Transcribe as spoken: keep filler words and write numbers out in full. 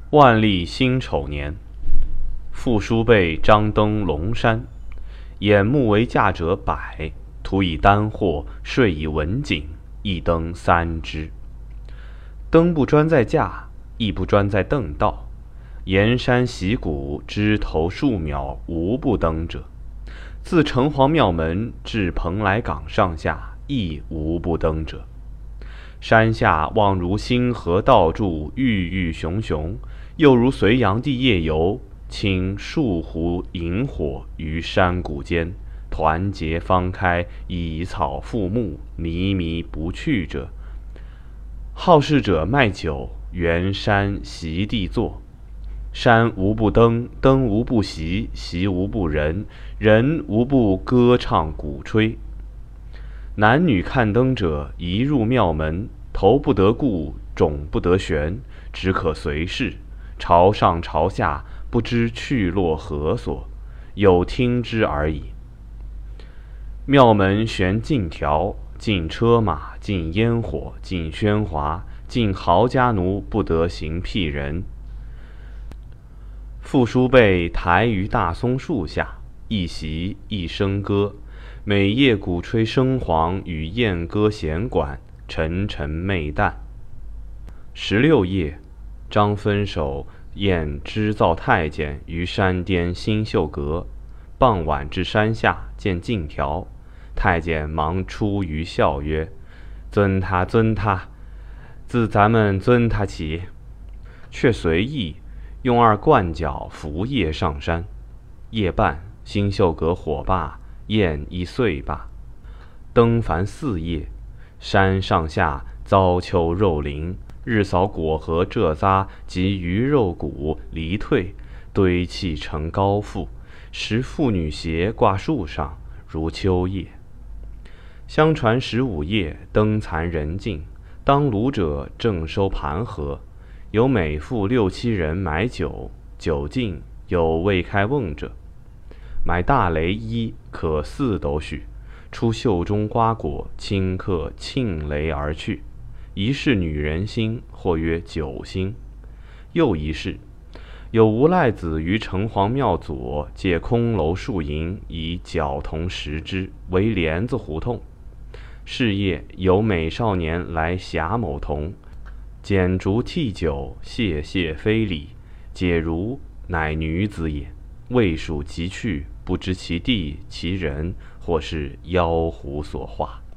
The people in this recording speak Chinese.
万历辛丑年，父叔辈张登龙山，眼目为价者百，徒以丹货，税以文锦，一登三之。登不专在架，亦不专在邓道。岩山习谷，枝头树苗，无不登者。自城隍庙门至蓬莱港上下，亦无不登者。山下望如星河倒柱，郁郁熊熊，又如隋炀帝夜游，倾数湖萤火于山谷间，团结方开，以草覆木，靡靡不去者。好事者卖酒，原山席地坐。山无不登，登无不习，习无不人，人无不歌唱鼓吹。男女看灯者，一入庙门，头不得顾，踵不得旋，只可随事，朝上朝下，不知去落何所，有听之而已。庙门悬禁条，禁车马，禁烟火，禁喧哗，禁豪家奴不得行辟人。父叔辈抬于大松树下，一席一笙歌，每夜鼓吹笙簧与燕歌弦管，沉沉媚淡。十六夜，张分手宴织造太监于山巅新秀阁，傍晚至山下见禁条，太监忙出于笑曰：“尊他尊他，自咱们尊他起。”却随意用二冠脚扶夜上山。夜半，新秀阁火罢，宴亦遂罢。登凡四夜，山上下遭丘肉林，日扫果核蔗渣及鱼肉骨离退，堆砌成高阜，使妇女鞋挂树上，如秋叶。相传十五夜，灯残人尽，当炉者正收盘盒，有每妇六七人买酒，酒尽有未开瓮者，买大雷衣，可四斗许，出袖中瓜果，顷刻罄雷而去。一是女人心，或曰酒心。又一是，有无赖子于城隍庙左借空楼数银，以角铜石之，为帘子胡同。是夜有美少年来辖某童，剪烛剔酒，谢谢非礼，解如乃女子也。未数即去，不知其地其人，或是妖狐所化。